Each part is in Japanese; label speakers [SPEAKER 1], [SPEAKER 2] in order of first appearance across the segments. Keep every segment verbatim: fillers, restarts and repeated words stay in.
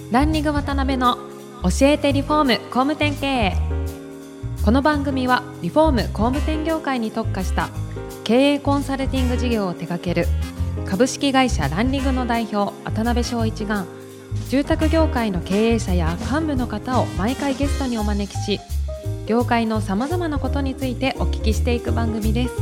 [SPEAKER 1] ランニング渡辺の教えてリフォーム工務店経営。この番組はリフォーム工務店業界に特化した経営コンサルティング事業を手掛ける株式会社ランリングの代表渡辺翔一が、住宅業界の経営者や幹部の方を毎回ゲストにお招きし、業界のさまざまなことについてお聞きしていく番組です。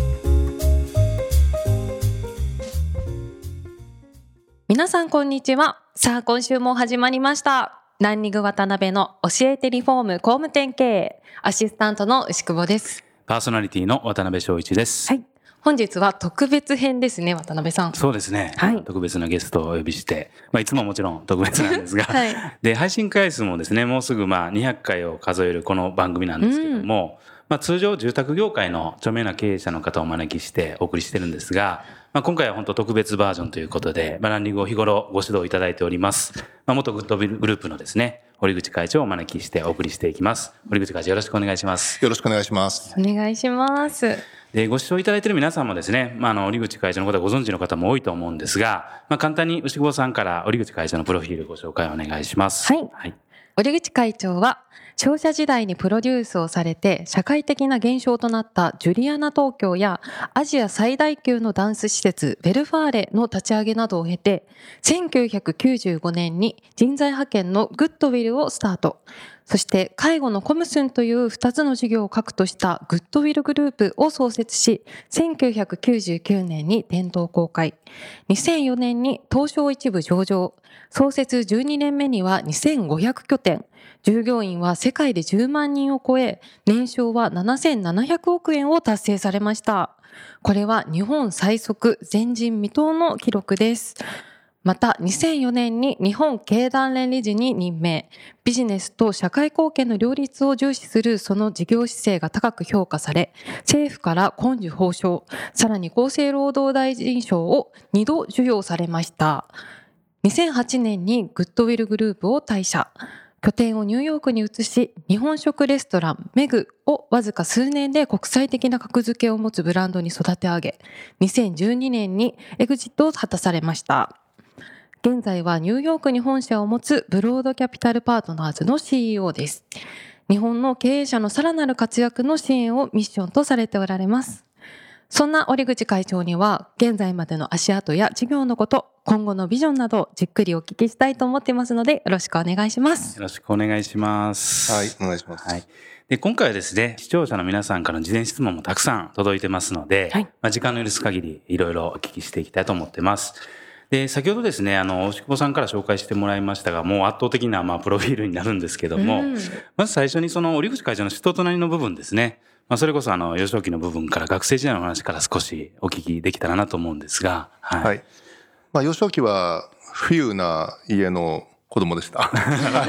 [SPEAKER 1] 皆さんこんにちは。さあ今週も始まりました。ランニング渡辺の教えてリフォーム工務店経営、アシスタントの牛久保です。
[SPEAKER 2] パーソナリティの渡辺翔一です。
[SPEAKER 1] はい。本日は特別編ですね、渡辺さん。
[SPEAKER 2] そうですね、はい、特別なゲストをお呼びして、まあ、いつももちろん特別なんですが、
[SPEAKER 1] はい、
[SPEAKER 2] で配信回数もですね、もうすぐまあにひゃっかいを数えるこの番組なんですけども、うんまあ、通常住宅業界の著名な経営者の方をお招きしてお送りしてるんですが、まあ、今回は本当特別バージョンということで、まあ、ランニングを日頃ご指導いただいております、まあ、元グッドビルグループのですね堀口会長をお招きしてお送りしていきます。堀口会長、よろしくお願いします。
[SPEAKER 3] よろしくお願いします。
[SPEAKER 1] お願いします。
[SPEAKER 2] でご視聴いただいている皆さんもですね、まあ、あの堀口会長のことはご存知の方も多いと思うんですが、まあ、簡単に牛久保さんから堀口会長のプロフィールご紹介お願いします。
[SPEAKER 1] はい、はい、堀口会長は商社時代にプロデュースをされて社会的な現象となったジュリアナ東京やアジア最大級のダンス施設ベルファーレの立ち上げなどを経て、せんきゅうひゃくきゅうじゅうごねんに人材派遣のグッドウィルをスタート。そして介護のコムスンというふたつの事業を核としたグッドウィルグループを創設し、せんきゅうひゃくきゅうじゅうきゅうねんに店頭公開、にせんよねんに東証一部上場、創設じゅうにねんめにはにせんごひゃくきょてん、従業員は世界でじゅうまんにんを超え、年商はななせんななひゃくおくえんを達成されました。これは日本最速、前人未到の記録です。またにせんよねんに日本経団連理事に任命。ビジネスと社会貢献の両立を重視するその事業姿勢が高く評価され、政府から紺綬褒章、さらに厚生労働大臣賞をにど授与されました。にせんはちねんにグッドウィルグループを退社。拠点をニューヨークに移し、日本食レストランメグをわずか数年で国際的な格付けを持つブランドに育て上げ、にせんじゅうにねんにエグジットを果たされました。現在はニューヨークに本社を持つブロードキャピタルパートナーズの シーイーオー です。日本の経営者のさらなる活躍の支援をミッションとされておられます。そんな堀口会長には現在までの足跡や事業のこと、今後のビジョンなどじっくりお聞きしたいと思っていますので、よろしくお願いします。
[SPEAKER 2] よろしくお願いします。
[SPEAKER 3] はい、お願いします。
[SPEAKER 2] はい、で今回はですね、視聴者の皆さんからの事前質問もたくさん届いてますので、はい、まあ、時間の許す限りいろいろお聞きしていきたいと思ってます。で先ほどですね、あの牛久保さんから紹介してもらいましたが、もう圧倒的なまあプロフィールになるんですけども、うん、まず最初にその堀口会長の人となりの部分ですね、まあ、それこそあの幼少期の部分から学生時代の話から少しお聞きできたらなと思うんですが、はい、
[SPEAKER 3] はい、まあ、幼少期は富裕な家の子供でした。はい、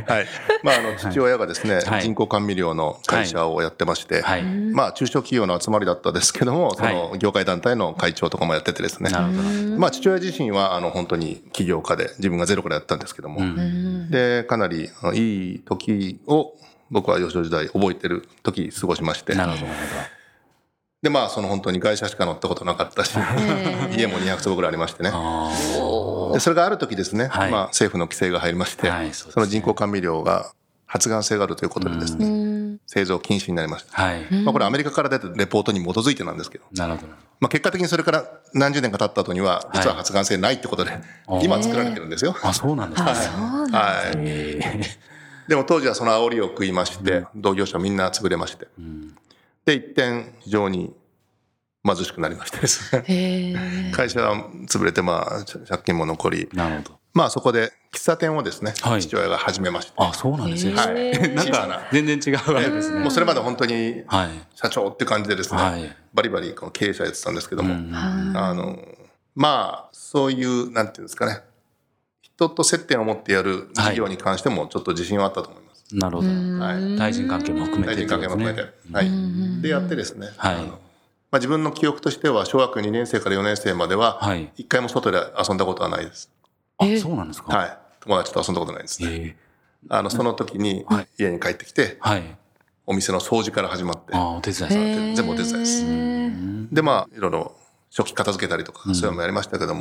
[SPEAKER 3] はい、まあ、あの父親がですね、はい、人工甘味料の会社をやってまして、はい、まあ中小企業の集まりだったですけども、その業界団体の会長とかもやっててですね、はい、まあ父親自身はあの本当に起業家で自分がゼロからやったんですけども、でかなりいい時を僕は幼少時代覚えてる時過ごしまして、
[SPEAKER 2] なるほど
[SPEAKER 3] でまあその本当に外車しか乗ったことなかったし、家もにひゃくつぼぐらいありましてね。でそれがある時ですね、はい、まあ、政府の規制が入りまして、はい、そ, ね、その人工甘味料が発がん性があるということでですね、製造禁止になりました。はい、まあ、これアメリカから出たレポートに基づいてなんですけど、
[SPEAKER 2] なるほど、
[SPEAKER 3] まあ、結果的にそれから何十年か経った後には実は発がん性ないってことで、はい、今作られてるんですよ。
[SPEAKER 2] あ、そうなんですね。
[SPEAKER 3] はい、でも当時はその煽りを食いまして、うん、同業者みんな潰れまして、うん、で一点非常に貧しくなりましてですね、会社は潰れて、まあ借金も残り、
[SPEAKER 2] なるほど、
[SPEAKER 3] まあそこで喫茶店をですね、はい、父親が始めまして。
[SPEAKER 2] あ、そうなんですね。はい、
[SPEAKER 3] なんか
[SPEAKER 2] 全然違うわけですね。
[SPEAKER 3] もうそれまで本当に社長って感じでですね、はい、バリバリこの経営者やってたんですけども、あのまあそういうなんていうんですかね、人と接点を持ってやる事業に関してもちょっと自信はあったと思います。
[SPEAKER 2] なるほど。はい、対人関係も含めて、
[SPEAKER 3] 対人関係も含めて、はい、でやってですね、はい、あのまあ、自分の記憶としては小学にねん生からよねん生までは一回も外で遊んだことはないです。
[SPEAKER 2] はい、あ、そうなんですか。
[SPEAKER 3] はい、友達と遊んだことないですね。えー、あのその時に家に帰ってきて、はい、お店の掃除から始まって、
[SPEAKER 2] あ、お手伝いされてる。
[SPEAKER 3] 全部お手伝いです。でまあいろいろ食器片付けたりとかそういうのもやりましたけども、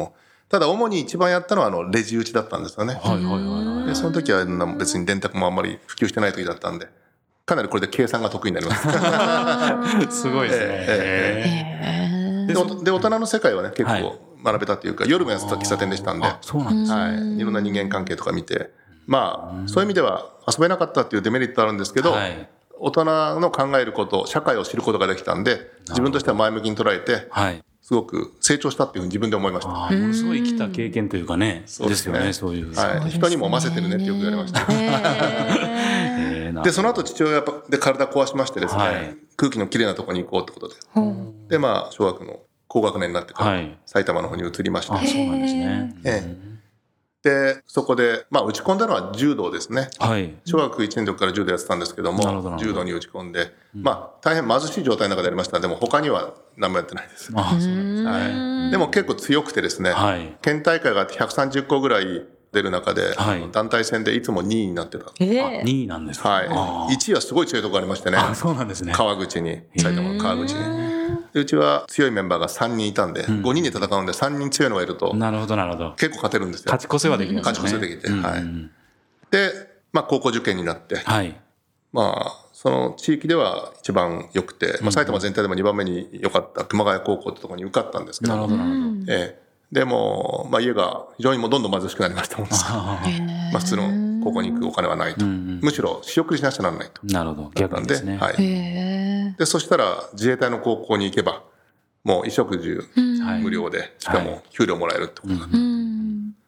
[SPEAKER 3] ただ主に一番やったのはあのレジ打ちだったんですよね。
[SPEAKER 2] はいはいはいはい。
[SPEAKER 3] でその時は別に電卓もあんまり普及してない時だったんで、かなりこれで計算が得意になります
[SPEAKER 2] すごいですね、
[SPEAKER 3] えーえー、で, で大人の世界はね結構学べたというか、夜もやってた喫茶店でしたんで、
[SPEAKER 2] そうなんですね、
[SPEAKER 3] はい、いろんな人間関係とか見て、まあそういう意味では遊べなかったっていうデメリットあるんですけど、はい、大人の考えること、社会を知ることができたんで、自分としては前向きに捉えて、はい、すごく成長したっていうふうに自分で思いました。
[SPEAKER 2] あ、ものすごい生きた経験というかね、そうですよね、そういう、
[SPEAKER 3] はい、人にもませてるねってよく言われました。でその後父親で体壊しましてですね、はい、空気のきれいなところに行こうってことで、うん、でまあ小学の高学年になってから埼玉の方に移りました。
[SPEAKER 2] あ、そうなんですね。
[SPEAKER 3] ええ、でそこで、まあ、打ち込んだのは柔道ですね、はい、小学いちねんの時から柔道やってたんですけども、柔道に打ち込んで、うん、まあ、大変貧しい状態の中でやりました。でも他には何もやってないです。あ、そうなんですね。はい、でも結構強くてですね、はい、県大会があってひゃくさんじゅっこぐらい出る中で、はい、団体戦でいつもにいになってた。
[SPEAKER 2] えー、あ、にいなんですか。
[SPEAKER 3] はい、いちいはすごい強いところありましてね。
[SPEAKER 2] あ、そうなんですね。
[SPEAKER 3] 川口に、埼玉の川口に。でうちは強いメンバーがさんにんいたんで、うん、ごにんで戦うんでさんにん強いのがいると、
[SPEAKER 2] なるほどなるほど、
[SPEAKER 3] 結構勝てるんですよ。
[SPEAKER 2] 勝ち越せはできるんですね。
[SPEAKER 3] 勝ち越せできて、うん、はい。で、まあ高校受験になって、はい、まあその地域では一番良くて、まあ、埼玉全体でもにばんめに良かった熊谷高校ってところに受かったんですけど、
[SPEAKER 2] なるほどなるほど、
[SPEAKER 3] ええ、でも、まあ、家が非常にもうどんどん貧しくなりましたもんですから、まあ、普通の高校に行くお金はないと、うんうん、むしろ仕送りしなくちゃならないと。
[SPEAKER 2] なるほど、逆にですね。
[SPEAKER 3] はい、でそしたら自衛隊の高校に行けばもう衣食住無料で、はい、しかも給料もらえるってことなんで、はい、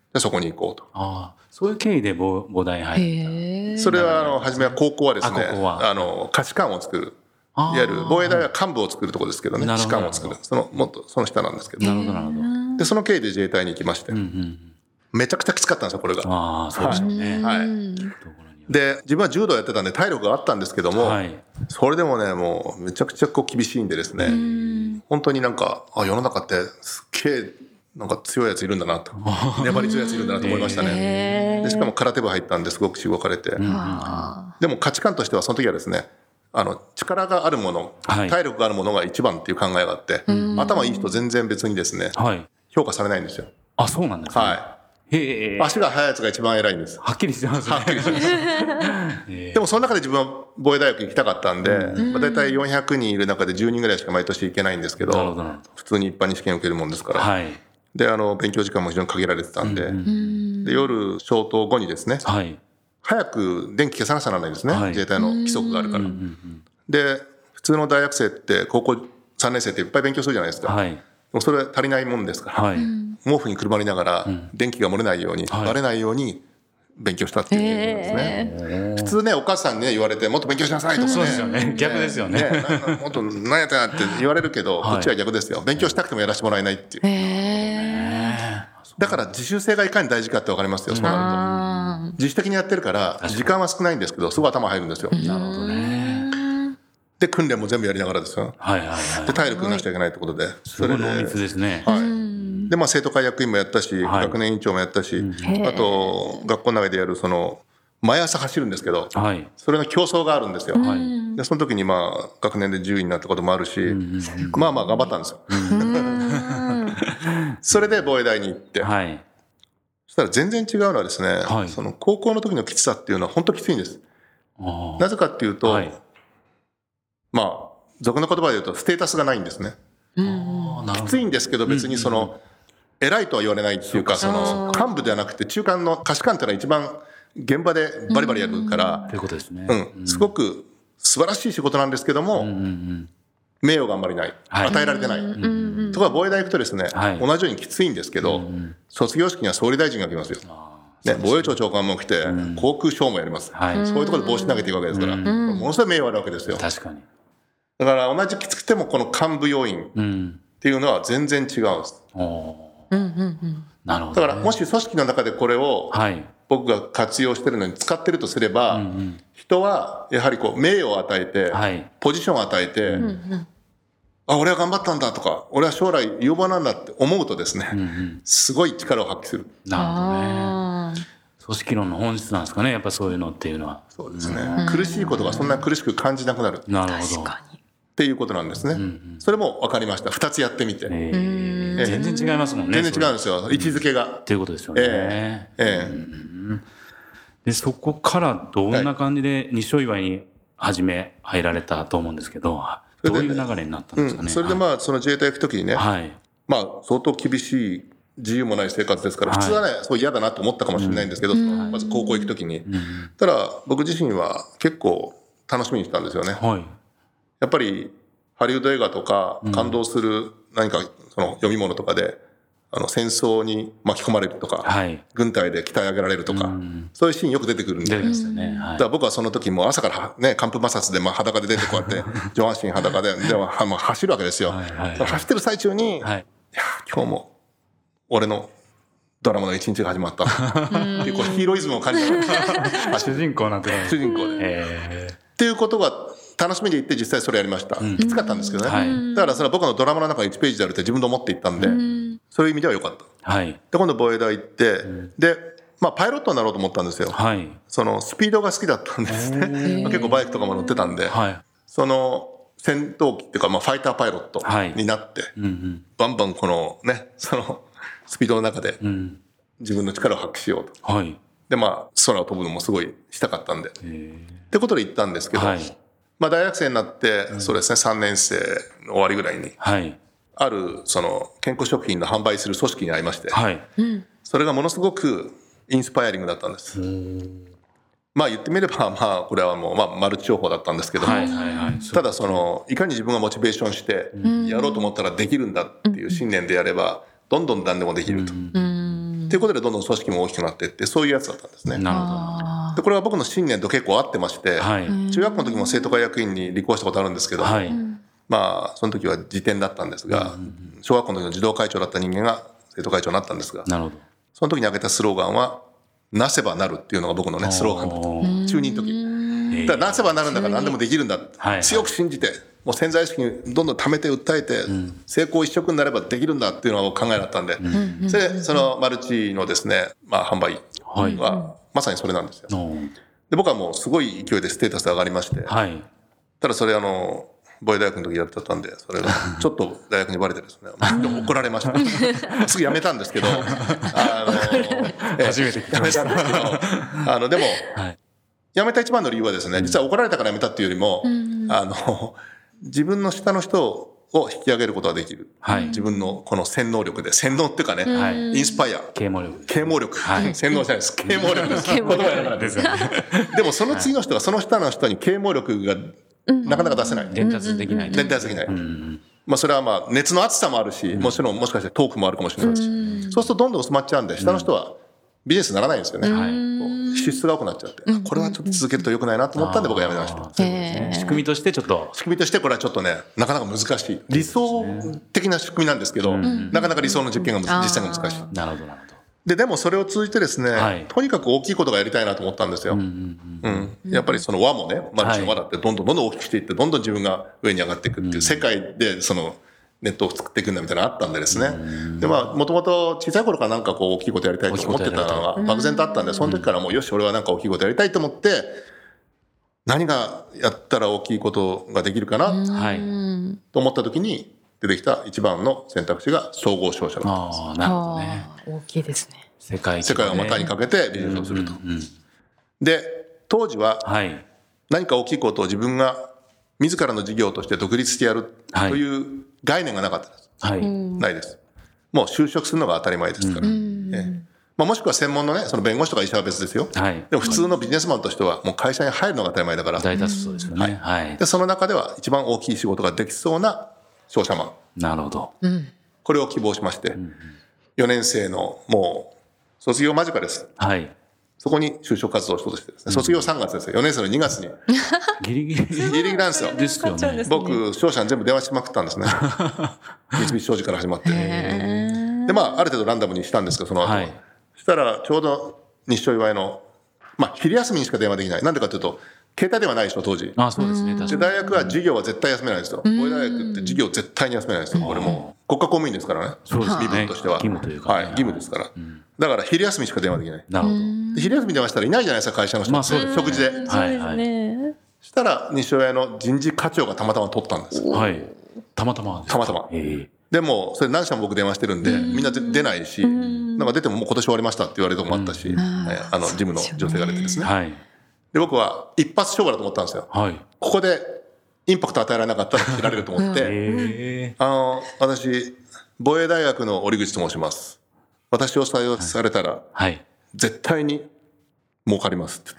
[SPEAKER 3] でそこに行こうと。
[SPEAKER 2] ああ、そういう経緯で母大入った。
[SPEAKER 3] それはあの初めは高校はですね、ああの下士官を作る、いわゆる防衛大は幹部を作るところですけどね、士官を作る、そのもっとその下なんですけど、
[SPEAKER 2] なるほどなるほど。
[SPEAKER 3] でその経緯で自衛隊に行きまして、うんうん、めちゃくちゃきつかったんですよこれが。
[SPEAKER 2] ああ、そうですよね。
[SPEAKER 3] はい、で自分は柔道やってたんで体力があったんですけども、はい、それでもねもうめちゃくちゃこう厳しいんでですね、本当になんかあ世の中ってすっげえなんか強いやついるんだなと粘り強いやついるんだなと思いましたね。でしかも空手部入ったんですごくしごかれて、うん、でも価値観としてはその時はですね、あの力があるもの、はい、体力があるものが一番っていう考えがあって、頭いい人全然別にですね、はい、評価されないんですよ。
[SPEAKER 2] あ、そうなんですね。
[SPEAKER 3] はい、へ足が速いやつが一番偉いんです。
[SPEAKER 2] はっきりしてますね。
[SPEAKER 3] はっきりしてますでもその中で自分は防衛大学行きたかったんで、うんまあ、大体よんひゃくにんいる中でじゅうにんぐらいしか毎年行けないんですけ ど, ど普通に一般に試験を受けるもんですから、はい、であの勉強時間も非常に限られてたんで、うん、で夜消灯後にですね、はい、早く電気消さなきゃならないんですね、はい、自衛隊の規則があるから、うん、で普通の大学生って高校さんねん生っていっぱい勉強するじゃないですか、はい、でもそれは足りないもんですから、はい、毛布にくるまりながら電気が漏れないように、はい、バレないように勉強したっていうことですね。普通ねお母さんに、ね、言われてもっと勉強しなさいとかね、
[SPEAKER 2] そうですよね、逆ですよね、ね
[SPEAKER 3] もっと何やったんやって言われるけど、はい、こっちは逆ですよ。勉強したくてもやらせてもらえないっていう。だから自習性がいかに大事かって分かりますよ。そうなると自主的にやってるから時間は少ないんですけどすごい頭入るんですよ。
[SPEAKER 2] なるほどね。
[SPEAKER 3] で訓練も全部やりながらですよ、はいはいはい、で体力なしちゃいけないってことで、
[SPEAKER 2] それで濃密ですね、
[SPEAKER 3] はい、でまあ、生徒会役員もやったし、はい、学年委員長もやったし、うん、あと学校の中でやるその毎朝走るんですけど、はい、それの競争があるんですよ、はい、でその時にまあ学年でじゅういになったこともあるし、うん、まあまあ頑張ったんですよ、うん、それで防衛大に行って、はい、そしたら全然違うのはですね、はい、その高校の時のきつさっていうのは本当きついんです。なぜかっていうと、はい、まあ俗の言葉で言うとステータスがないんですね。きついんですけど別にその偉いとは言われないっていうか、その幹部ではなくて中間の下士官っていうのは一番現場でバリバリやるからすごく素晴らしい仕事なんですけども名誉があんまりない、与えられてない。とか防衛大行くとですね、同じようにきついんですけど卒業式には総理大臣が来ますよね、防衛庁長官も来て航空ショーもやります、そういうところで帽子投げていくわけですからものすごい名誉あるわけですよ。
[SPEAKER 2] 確かに。
[SPEAKER 3] だから同じきつくてもこの幹部要員っていうのは全然違うんです、うん、なるほど、ね、だからもし組織の中でこれを僕が活用してるのに使ってるとすれば、はい、人はやはりこう名誉を与えて、はい、ポジションを与えて、うん、あ俺は頑張ったんだとか俺は将来有望なんだって思うとですね、うんうん、すごい力を発揮する。
[SPEAKER 2] なるほどね。組織論の本質なんですかね、やっぱそういうのっていうのは。
[SPEAKER 3] そうですね、うん、苦しいことがそんな苦しく感じなくなる。
[SPEAKER 2] なるほど。
[SPEAKER 3] だかっていうことなんですね、うんうん、それも分かりました。ふたつやってみて、え
[SPEAKER 2] ーえー、全然違いますもんね。
[SPEAKER 3] 全然違うんですよ、位置づけが
[SPEAKER 2] っていうことですよね、えーえーうん、でそこからどんな感じで日照祝いに初め入られたと思うんですけど、どういう流れになったんですかね。
[SPEAKER 3] うん、それでまあその自衛隊行くときにね、はい、まあ相当厳しい自由もない生活ですから、普通はね、そう嫌だなと思ったかもしれないんですけど、うん、まず高校行くときに、うん、ただ僕自身は結構楽しみにしたんですよね、はい、やっぱりハリウッド映画とか感動する何かその読み物とかで、あの戦争に巻き込まれるとか、はい、軍隊で鍛え上げられるとか、うん、そういうシーンよく出てくるんで、ですよね、はい、だから僕はその時も朝からね、寒風摩擦でまあ裸で出てこうやって上半身裸ででも走るわけですよ、はいはいはい、走ってる最中に、はい、いや今日も俺のドラマの一日が始まったっていうこうヒーロイズムを感じた
[SPEAKER 2] 主人公なんて
[SPEAKER 3] 主人公で、えー、っていうことが楽しみで行って実際それやりました、うん、きつかったんですけどね、はい、だからそれは僕のドラマの中のいちページであるって自分で思っていったんで、うん、そういう意味では良かった、はい、で今度防衛大行って、うん、で、まあ、パイロットになろうと思ったんですよ、はい、そのスピードが好きだったんですね、まあ、結構バイクとかも乗ってたんで、はい、その戦闘機っていうか、まあ、ファイターパイロットになって、はいうんうん、バンバンこのねそのスピードの中で自分の力を発揮しようと、はい、でまあ空を飛ぶのもすごいしたかったんでってことで行ったんですけど、はいまあ、大学生になって、うん、そうですねさんねん生の終わりぐらいに、はい、あるその健康食品の販売する組織に会いまして、はい、それがものすごくインスパイアリングだったんです。まあ言ってみればまあこれはもうまあマルチ商法だったんですけども、はいはいはい、ただそのいかに自分がモチベーションしてやろうと思ったらできるんだっていう信念でやればどんどん何でもできると、うんっていうことでどんどん組織も大きくなっていってそういうやつだったんですね。なるほど。でこれは僕の信念と結構合ってまして、はい、中学校の時も生徒会役員に立候補したことあるんですけど、はい、まあその時は辞典だったんですが、うん、小学校の時の児童会長だった人間が生徒会長になったんですが、なるほど。その時に挙げたスローガンはなせばなるっていうのが僕のねスローガンだった。中にの時だからなせばなるんだから何でもできるんだ、はい、強く信じてもう潜在意識にどんどん貯めて訴えて、うん、成功一色になればできるんだっていうのが考えだったんで、うん、それでそのマルチのですね、まあ、販売はまさにそれなんですよ、はい、で僕はもうすごい勢いでステータス上がりまして、はい、ただそれあの防衛大学の時やってたんでそれがちょっと大学にバレてですね怒られましたすぐ辞めたんですけどあの
[SPEAKER 2] 初めて
[SPEAKER 3] 辞めたんですけどあのでも、はい辞めた一番の理由はですね、実は怒られたから辞めたっていうよりも、うん、あの自分の下の人を引き上げることができる、はい、自分のこの洗脳力で洗脳っていうかね、はい、インスパイア
[SPEAKER 2] 啓蒙力
[SPEAKER 3] 啓蒙力、はい、洗脳じゃないです啓蒙力です言葉やからですよねでもその次の人がその下の人に啓蒙力がなかなか出せない、
[SPEAKER 2] 伝達できない
[SPEAKER 3] 伝達できない、うんまあ、それはまあ熱の熱さもあるし、もちろんもしかしてトークもあるかもしれないし、そうするとどんどん薄まっちゃうんで下の人はビジネスにならないんですよね、はい支出が多くなっちゃって、うん、これはちょっと続けると良くないなと思ったんで僕はやめました。そうですね、
[SPEAKER 2] 仕組みとしてちょっと
[SPEAKER 3] 仕組みとしてこれはちょっとねなかなか難しい理想的な仕組みなんですけど、うん、なかなか理想の実験が実際が難しい。
[SPEAKER 2] なるほどなるほど。
[SPEAKER 3] ででもそれを通じてですね、はい、とにかく大きいことがやりたいなと思ったんですよ、うんうんうん、やっぱりその輪もねマルチの輪だってどんどんどんどん大きくしていってどんどん自分が上に上がっていくっていう、うん、世界でそのネットを作っていくんだみたいなのがあったんでですね、でまあもともと小さい頃からなんかこう大きいことやりたいと思ってたのが漠然とあったんで、その時からもうよし俺はなんか大きいことやりたいと思って何がやったら大きいことができるかなと思った時に出てきた一番の選択肢が総合商社だったんです。
[SPEAKER 2] あなるほどね。
[SPEAKER 1] 大きいですね。
[SPEAKER 3] 世界世界を股にかけてビジネスをすると、うんうんうん、で当時は何か大きいことを自分が自らの事業として独立してやるという概念がなかったです、はい、ないです。もう就職するのが当たり前ですから、うんえまあ、もしくは専門のねその弁護士とか医者は別ですよ、はい、でも普通のビジネスマンとしてはもう会社に入るのが当たり前だから
[SPEAKER 2] 大多数ですよね、はいはい、
[SPEAKER 3] でその中では一番大きい仕事ができそうな商社マン、
[SPEAKER 2] なるほど、
[SPEAKER 3] これを希望しまして、うん、よねん生のもう卒業間近です、はい、そこに就職活動をしようとしてですね、卒業さんがつですよ、よねん生のにがつに
[SPEAKER 2] ギリギリ
[SPEAKER 3] ギリギリなんですよ。
[SPEAKER 2] ですよね。
[SPEAKER 3] 僕商社に全部電話しまくったんですね三菱商事から始まってでまあある程度ランダムにしたんですけどその後、はい、そしたらちょうど日照祝いのまあ昼休みにしか電話できない、なんでかというと携帯ではないでしょ当時。
[SPEAKER 2] あそうですね、確かに。
[SPEAKER 3] で大学は授業は絶対休めないんですよ。防衛大学って授業絶対に休めないんですよ。これも国家公務員ですからね。
[SPEAKER 2] そうですね。
[SPEAKER 3] 身分としては
[SPEAKER 2] 義務というか、
[SPEAKER 3] ね、はい、義務ですから、うん、だから昼休みしか電話できない。
[SPEAKER 2] なるほど。
[SPEAKER 3] で昼休み電話したらいないじゃないですか会社の人。
[SPEAKER 2] まあそうです、
[SPEAKER 3] 食事で。
[SPEAKER 1] はいはい。
[SPEAKER 3] したら西尾屋の人事課長がたまたま取ったんです。
[SPEAKER 2] はい。たまたまですか。
[SPEAKER 3] たまたま。えー、でもそれ何社も僕電話してるんで、みんな出ないし、なんか出てももう今年終わりましたって言われるとこもあったし、あの事務の女性が出てですね。はい。で僕は一発勝負だと思ったんですよ。はい。ここでインパクト与えられなかったら切られると思って、あの私防衛大学の折口と申します。私を採用されたら、はい、絶対に儲かりますって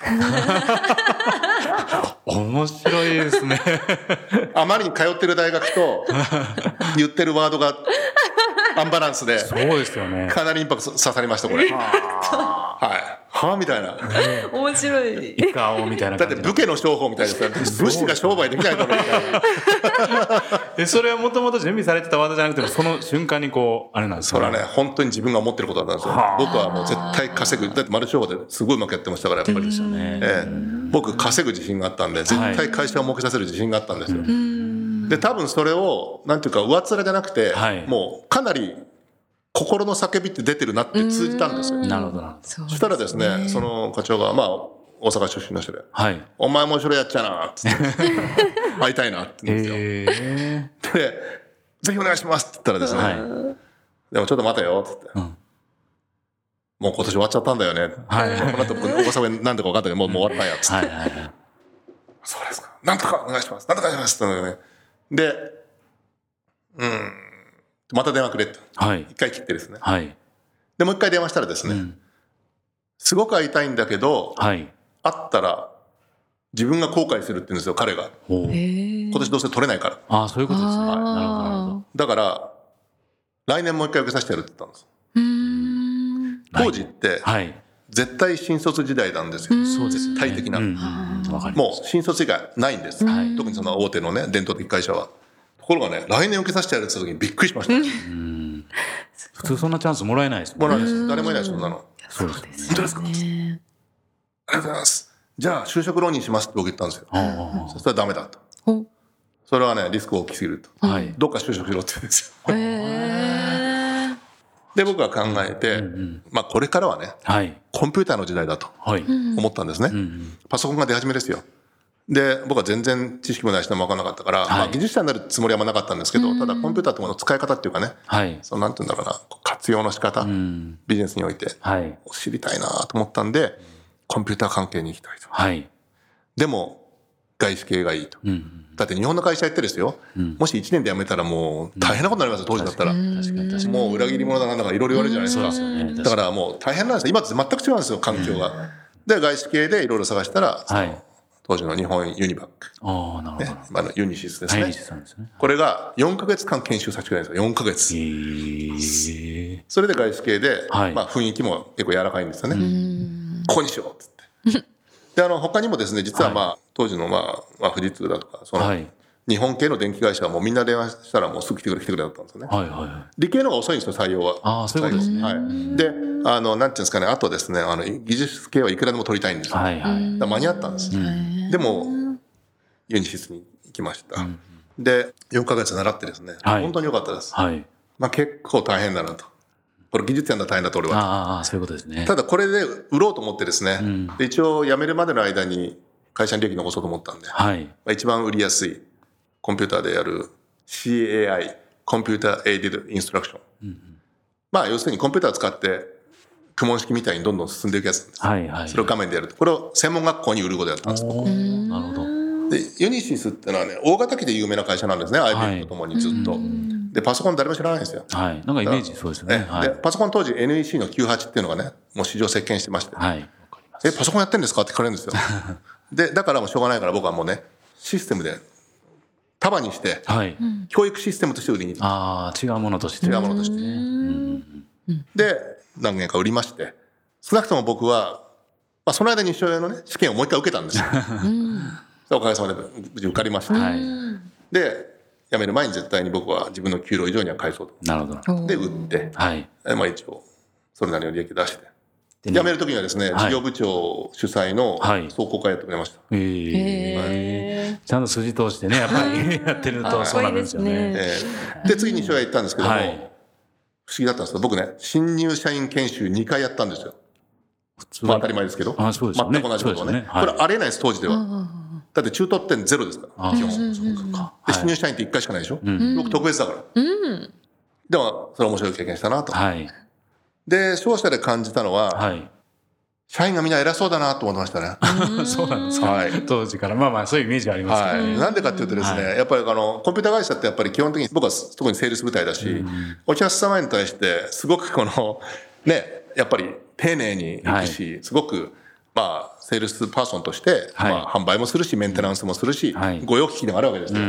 [SPEAKER 2] 面白いですね
[SPEAKER 3] あまりに通ってる大学と言ってるワードがアンバランスで、
[SPEAKER 2] そうですよね。
[SPEAKER 3] かなりインパクト刺さりましたこれ。はい。はあみたいな。
[SPEAKER 1] 面白い。
[SPEAKER 2] イカオみたいな
[SPEAKER 3] 感じ。だって武家の商法みたいですから、武士が商売できないだろうみたいな。
[SPEAKER 2] え、それはもともと準備されてたワードじゃなくても、その瞬間にこうあれなんですか。
[SPEAKER 3] それはね、本当に自分が思ってることだったんですよ。僕はもう絶対稼ぐ。だってマルチ商法ですごいうまくやってましたからやっぱりですよね。ええ、僕稼ぐ自信があったんで、絶対会社を儲けさせる自信があったんですよ。で、多分それをなんていうか上っ面じゃなくて、はい、もうかなり心の叫びって出てるなって通じたんですよ。
[SPEAKER 2] なるほどな。
[SPEAKER 3] そしたらですね、その課長がまあ大阪出身の人で、はい、お前もそれやっちゃなって会いたいなって言うんですよ。で、ぜひお願いしますって言ったらですね、はい、でもちょっと待てよって言って、うん、もう今年終わっちゃったんだよね。はい、この後僕大阪で何とか分かったけどもうもう終わったんやっつって、はいはいはい、そうですか。なんとかお願いします。なんとかお願いしますって言ったのね。で、うん。また電話くれって。はい。一回切ってですね。はい。で、もう一回電話したらですね、うん、すごく会いたいんだけど、はい。会ったら、自分が後悔するって言うんですよ、彼が。今年どうせ取れないから。
[SPEAKER 2] ああ、そういうことですね。はい。なるほど、なるほど。
[SPEAKER 3] だから、来年もう一回受けさせてやるって言ったんです。うーん。当時って、はい。絶対新卒時代なんですよ。
[SPEAKER 2] そうですね。
[SPEAKER 3] 絶対的な。うん、もう新卒以外ないんです。はい、特にその大手のね、伝統的会社は。ところがね、来年受けさせてやるって言った時にびっくりしました。うん、
[SPEAKER 2] 普通そんなチャンスもらえないです
[SPEAKER 3] もんね。もらえないです。誰もいないです、そんなの。
[SPEAKER 2] そうですね。
[SPEAKER 3] 本当ですか？ありがとうございます。じゃあ、就職浪人しますって僕言ったんですよ。そしたらダメだと。それはね、リスク大きすぎると。はい、どっか就職しろって言うんですよ。へで、僕は考えて、うんうん、まあこれからはね、はい、コンピューターの時代だと思ったんですね。うんうん、パソコンが出始めですよ。で、僕は全然知識もないし何も分からなかったから、はい、まあ技術者になるつもりはあんまなかったんですけど、ただコンピューターってものの使い方っていうかね、はい、そのなんていうんだろうな、活用の仕方、うん、ビジネスにおいて、はい、知りたいなと思ったんで、コンピューター関係に行きたいと。はい、でも、外資系がいいと。うん、だって日本の会社やってですよ、うん、もしいちねんで辞めたらもう大変なことになりますよ、当時だったら。もう裏切り者だなんだかいろいろ言われるじゃないですか。うん、だからもう大変なんですよ。今って全く違うんですよ、環境が。うん、で、外資系でいろいろ探したら、はい当時の日本ユニバック。ああ、なるほど。ね、あのユニシスですね。ユニシスさんですね。これがよんかげつかん研修させてくれるんですよ。よんかげつ。へー。それで外資系で、はい、まあ雰囲気も結構柔らかいんですよね。ここにしようっつって。で、あの、他にもですね、実はまあ、はい、当時のまあ、まあ、富士通だとか、その、はい、日本系の電気会社はもうみんな電話したらもうすぐ来てくれ、来てくれだったんですよね。はいはいはい。理系の方が遅いんですよ、採用は。
[SPEAKER 2] ああ、そういうことですね。はい。
[SPEAKER 3] で、あの、なんていうんですかね、あとですね、あの、技術系はいくらでも取りたいんですよ。はいはい。だ間に合ったんです。でも、ユニシスに行きました。うん、で、よんかげつ習ってですね、はい、本当に良かったです。はい。まあ結構大変だなと。これ技術やんだら大変だと俺は。
[SPEAKER 2] ああ、そういうことですね。
[SPEAKER 3] ただこれで売ろうと思ってですね、うん、で一応辞めるまでの間に会社に利益残そうと思ったんで、はい、まあ、一番売りやすいコンピューターでやる シーエーアイ、コンピューターエイディドインストラクション。うん、まあ要するにコンピューターを使って苦問式みたいにどんどん進んでいくやつなんです。はいはいはい、それを画面でやると。これを専門学校に売ることやったんです。なるほど。で、ユニシスってのはね、大型機で有名な会社なんですね。アイビーエム とともにずっと。で、パソコン誰も知らないんですよ。
[SPEAKER 2] はい。なんかイメージそうですよね。はい、
[SPEAKER 3] で、パソコン当時 エヌイーシー のきゅうじゅうはちっていうのがね、もう市場席巻してまして。はい。わかります。え、パソコンやってんですかって聞かれるんですよ。で、だからもうしょうがないから僕はもうね、システムで束にして、はい、教育システムとして売りに行った。
[SPEAKER 2] ああ、違うものとして。
[SPEAKER 3] 違うものとして。うん、で、何件か売りまして、少なくとも僕は、まあ、その間に西尾屋のね、試験をもう一回受けたんですよ。おかげさまで無事受かりました。はい、で、辞める前に絶対に僕は自分の給料以上には返そうと。なるほど。で、売って、はい、まあ一応、それなりの利益出して。辞める時にはですね、事業部長主催の壮行会やってくれました。はい、
[SPEAKER 2] へー。ちゃんと筋通してね、やっぱりやってるとそうなんですよね。
[SPEAKER 3] えー、で、次に西尾屋行ったんですけども、はい、不思議だったんですけど、僕ね、新入社員研修にかいやったんですよ。
[SPEAKER 2] 普通
[SPEAKER 3] まあ当たり前ですけど、
[SPEAKER 2] あそうですよね、
[SPEAKER 3] 全く同じことはね。
[SPEAKER 2] ねはい、
[SPEAKER 3] これありえないです、当時では。だって中途ってゼロですから、基本。で、新入社員っていっかいしかないでしょ。うん、僕特別だから。うん、でも、それ面白い経験したなと。はい、で、商社で感じたのは、はい、社員がみんな偉そうだなと思ってましたね。
[SPEAKER 2] そうなんですか、はい、当時から。まあまあ、そういうイメージありますけど、ね。はい。
[SPEAKER 3] なんでかっていうとですね、はい、やっぱりあの、コンピューター会社ってやっぱり基本的に僕は特にセールス部隊だし、うん、お客様に対してすごくこの、ね、やっぱり丁寧にいくし、はい、すごく、まあ、セールスパーソンとして、はい、まあ、販売もするし、メンテナンスもするし、はい、ご用聞きでもあるわけですよ。うん、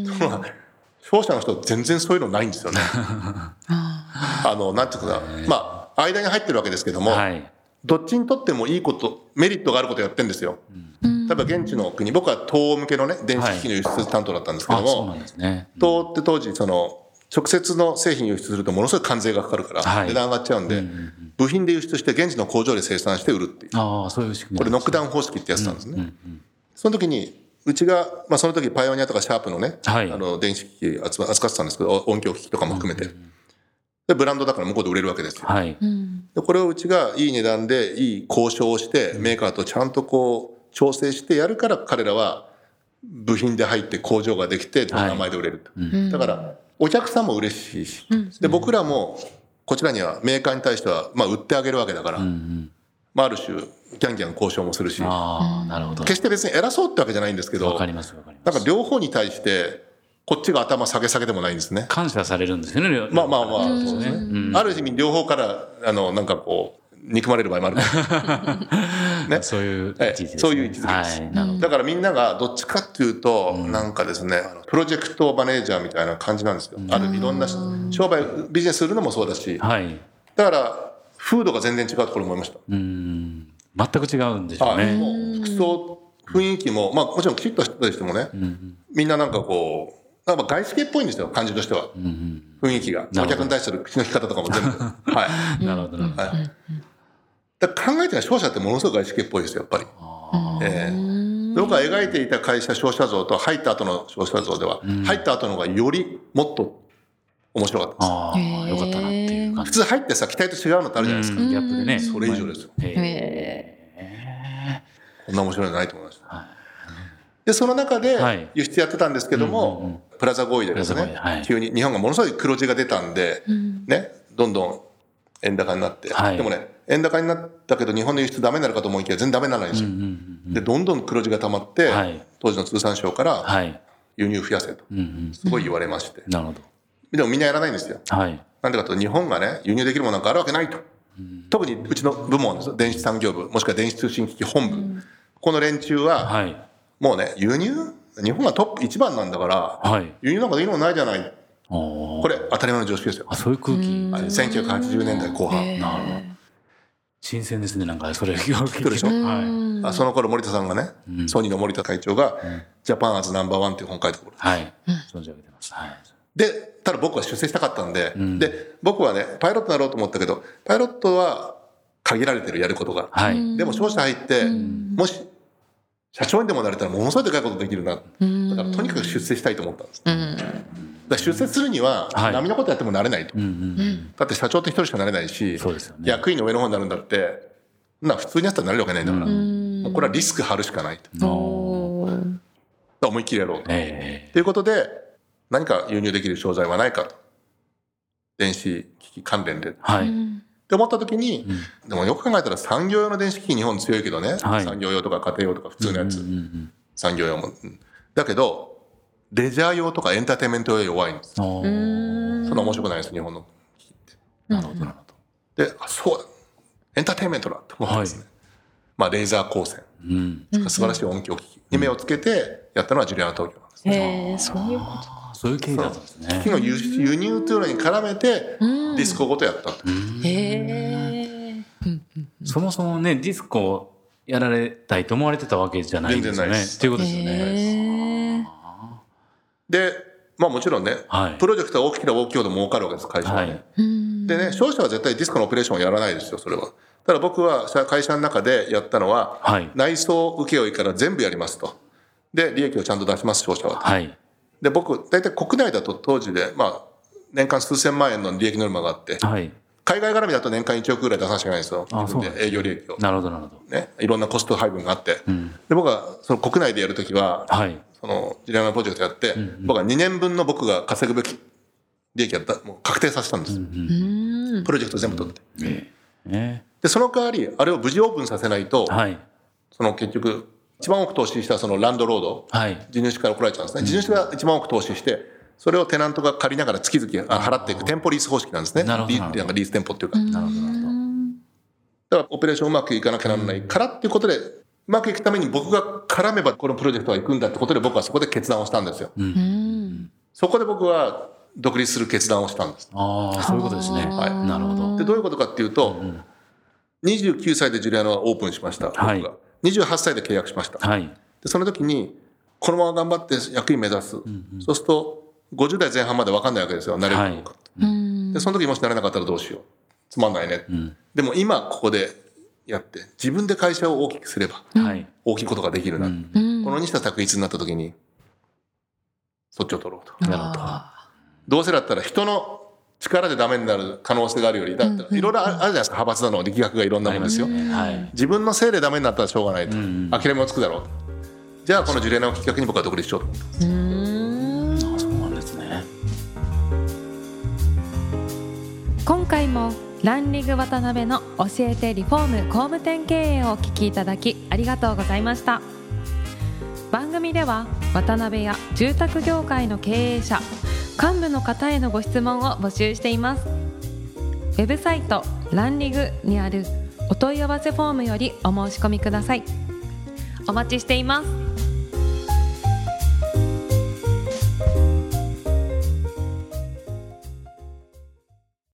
[SPEAKER 3] 商社の人全然そういうのないんですよね。あの、なんていうか、まあ、間に入ってるわけですけども、はい、どっちにとってもいいこと、メリットがあることをやってるんですよ。うん、例えば現地の国、僕は東欧向けのね、電子機器の輸出担当だったんですけども、はい、そうなんですね。うん、東欧って当時、その、直接の製品輸出するとものすごい関税がかかるから、値段上がっちゃうんで、はい、うん、部品で輸出して現地の工場で生産して売るっていう。ああ、そういう仕組み。これノックダウン方式ってやつなんですね。うんうんうん、その時に、うちが、まあその時パイオニアとかシャープのね、はい、あの、電子機器扱ってたんですけど、音響機器とかも含めて。うんうん、で、ブランドだから向こうで売れるわけですよ。はい、で、これをうちがいい値段でいい交渉をして、メーカーとちゃんとこう、調整してやるから彼らは部品で入って工場ができて、名前で売れると。はい、うん、だから、お客さんも嬉しいし、で僕らもこちらにはメーカーに対してはまあ売ってあげるわけだから、うんうん、まあ、ある種ギャンギャン交渉もするし、あ、なるほど、決して別に偉そうってわけじゃないんですけど、わかりますわかります。なんか両方に対してこっちが頭下げ下げでもないんですね。
[SPEAKER 2] 感謝されるんですよね。
[SPEAKER 3] まあまあまあ、そうですね。うん、ある意味両方からあのなんかこう憎まれる場合もある
[SPEAKER 2] ね、そういう位置ですね。
[SPEAKER 3] そういう位置です、はい、だからみんながどっちかっていうと、うん、なんかですね、プロジェクトマネージャーみたいな感じなんですよ。うん、あるいろんな商売ビジネスするのもそうだし、はい、だから風土が全然違うところ思いました。
[SPEAKER 2] うん、全く違うんでしょうね。はい、もう
[SPEAKER 3] 服装雰囲気も、まあ、もちろんきちっとしたりしてもね、うん、みんななんかこうなんか外資系っぽいんですよ、感じとしては、うん、雰囲気がお客に対する口の利き方とかも全部はい、なるほどなるほど、はい、だから考えてない商社ってものすごく外資系っぽいですよ、やっぱり。えー、僕が描いていた会社商社像と入った後の商社像では、うん、入った後の方がよりもっと面白かったです。ああ、よかったなっていう感じ。普通入ってさ、期待と違うのってあるじゃないですか。ギャップでね。それ以上ですよ。へー、こんな面白いのないと思いました。はい、で、その中で輸出やってたんですけども、はい、うんうんうん、プラザ合意でですね、はい、急に日本がものすごい黒字が出たんで、うん、ね、どんどん円高になって、はい、でもね、円高になったけど日本の輸出ダメになるかと思いきや全然ダメにならないんですよ。うんうんうん、で、どんどん黒字が溜まって、はい、当時の通産省から輸入増やせと、すごい言われまして。なるほど。でもみんなやらないんですよ。はい、なんでかと日本がね、輸入できるものなんかあるわけないと。うん、特にうちの部門ですよ。電子産業部、もしくは電子通信機器本部。うん、この連中は、はい、もうね、輸入日本がトップ一番なんだから、はい、輸入なんかできるものないじゃない。これ当たり前の常識ですよ。
[SPEAKER 2] あ、そういう空気。
[SPEAKER 3] はい、せんきゅうひゃくはちじゅうねんだいこう半。なるほど。
[SPEAKER 2] 新鮮ですね、なんかそれ聞
[SPEAKER 3] くでしょ。はい。あ、その頃森田さんがね、うん、ソニーの森田会長が、うん、ジャパンアズナンバーワンっていう本を書いたところ。はい。存じ上げてます。はい。で、ただ僕は出世したかったんで、うん、で、僕はね、パイロットになろうと思ったけど、パイロットは限られてるやることが。はい。でも商社入って、うん、もし社長にでもなれたらものすごいでかいことできるな。だからとにかく出世したいと思ったんです。うん、だから出世するには、波のことやってもなれないと。はい、だって社長って一人しかなれないし、そうですよね、役員の上の方になるんだって、な普通にやったらなれるわけないんだから、もうこれはリスク張るしかないと。だから思いっきりやろうと。えー、ということで、何か輸入できる商材はないかと。電子機器関連で。はい。って思った時に、うん、でもよく考えたら産業用の電子機器日本強いけどね、はい、産業用とか家庭用とか普通のやつ、うんうんうん、産業用も、うん、だけどレジャー用とかエンターテインメント用弱いんです。そんな面白くないです日本の機器って。なるほどなるほど。で、あ、そうだ、エンターテインメントだって思ったんですね。はい、まあレーザー光線、うん、素晴らしい音響機器に目をつけてやったのはジュリアナ東京なんです。
[SPEAKER 1] へー、そういうこと。
[SPEAKER 2] そういう経緯だったんですね。
[SPEAKER 3] 機器の輸出輸入というのに絡めてディスコごとやったと。
[SPEAKER 1] へー。
[SPEAKER 2] そもそもねディスコをやられたいと思われてたわけじゃないんですよね。っていうことですよね。
[SPEAKER 3] で、まあもちろんね、はい、プロジェクトが大きければ大きいほど儲かるわけです会社はね。はい、でね、商社は絶対ディスコのオペレーションをやらないですよそれは。ただ僕は会社の中でやったのは、はい、内装請負から全部やりますと。で利益をちゃんと出します商社は。はい、で僕大体国内だと当時でまあ年間数千万円の利益ノルマがあって、はい、 海外絡みだと年間いちおくぐらい出さなきゃいけないんですよ。自分で営業利益を。
[SPEAKER 2] なるほどなるほど。
[SPEAKER 3] ね、いろんなコスト配分があって、うん、で僕はその国内でやるときは、はい、そのジュリアナプロジェクトやって、うんうん、僕はにねんぶんの僕が稼ぐべき利益やったもう確定させたんです、うんうん、プロジェクト全部取って、えー、でその代わりあれを無事オープンさせないと、はい、その結局一番多く投資したそのランドロード、はい、地主から怒られちゃうんですね。地主が一番多く投資してそれをテナントが借りながら月々払っていく店舗リース方式なんですね。リなんかリース店舗っていうか、なるほどなるほど。だからオペレーションうまくいかなきゃならないからっていうことで、うまくいくために僕が絡めばこのプロジェクトは行くんだってことで僕はそこで決断をしたんですよ。うん、そこで僕は独立する決断をしたんです。
[SPEAKER 2] ああ、そういうことですね。はい、なるほど。
[SPEAKER 3] でどういうことかっていうと、うん、にじゅうきゅうさいでジュリアナはオープンしました。僕が、はい、にじゅうはっさいで契約しました。はい、でその時にこのまま頑張って役員目指す。うんうん、そうするとごじゅうだいぜん半まで分かんないわけですよ。なれるかどうか、はい、でその時もしなれなかったらどうしよう。つまんないね、うん、でも今ここでやって自分で会社を大きくすれば大きいことができるな、うん、この西田択一になった時にそっちを取ろうと。なるほど。どうせだったら人の力でダメになる可能性があるよりだったらいろいろあるじゃないですか。派閥だの力学がいろんなものですよ、はい、自分のせいでダメになったらしょうがないと、うん、諦めもつくだろうと。じゃあこのジュリアナをきっかけに僕は独立しようと思ったんです。う
[SPEAKER 2] ーん、そうなんですね。
[SPEAKER 1] 今回もランリング渡辺の教えてリフォーム工務店経営をお聞きいただきありがとうございました。番組では渡辺や住宅業界の経営者、幹部の方へのご質問を募集しています。ウェブサイトランリグにあるお問い合わせフォームよりお申し込みください。お待ちしています。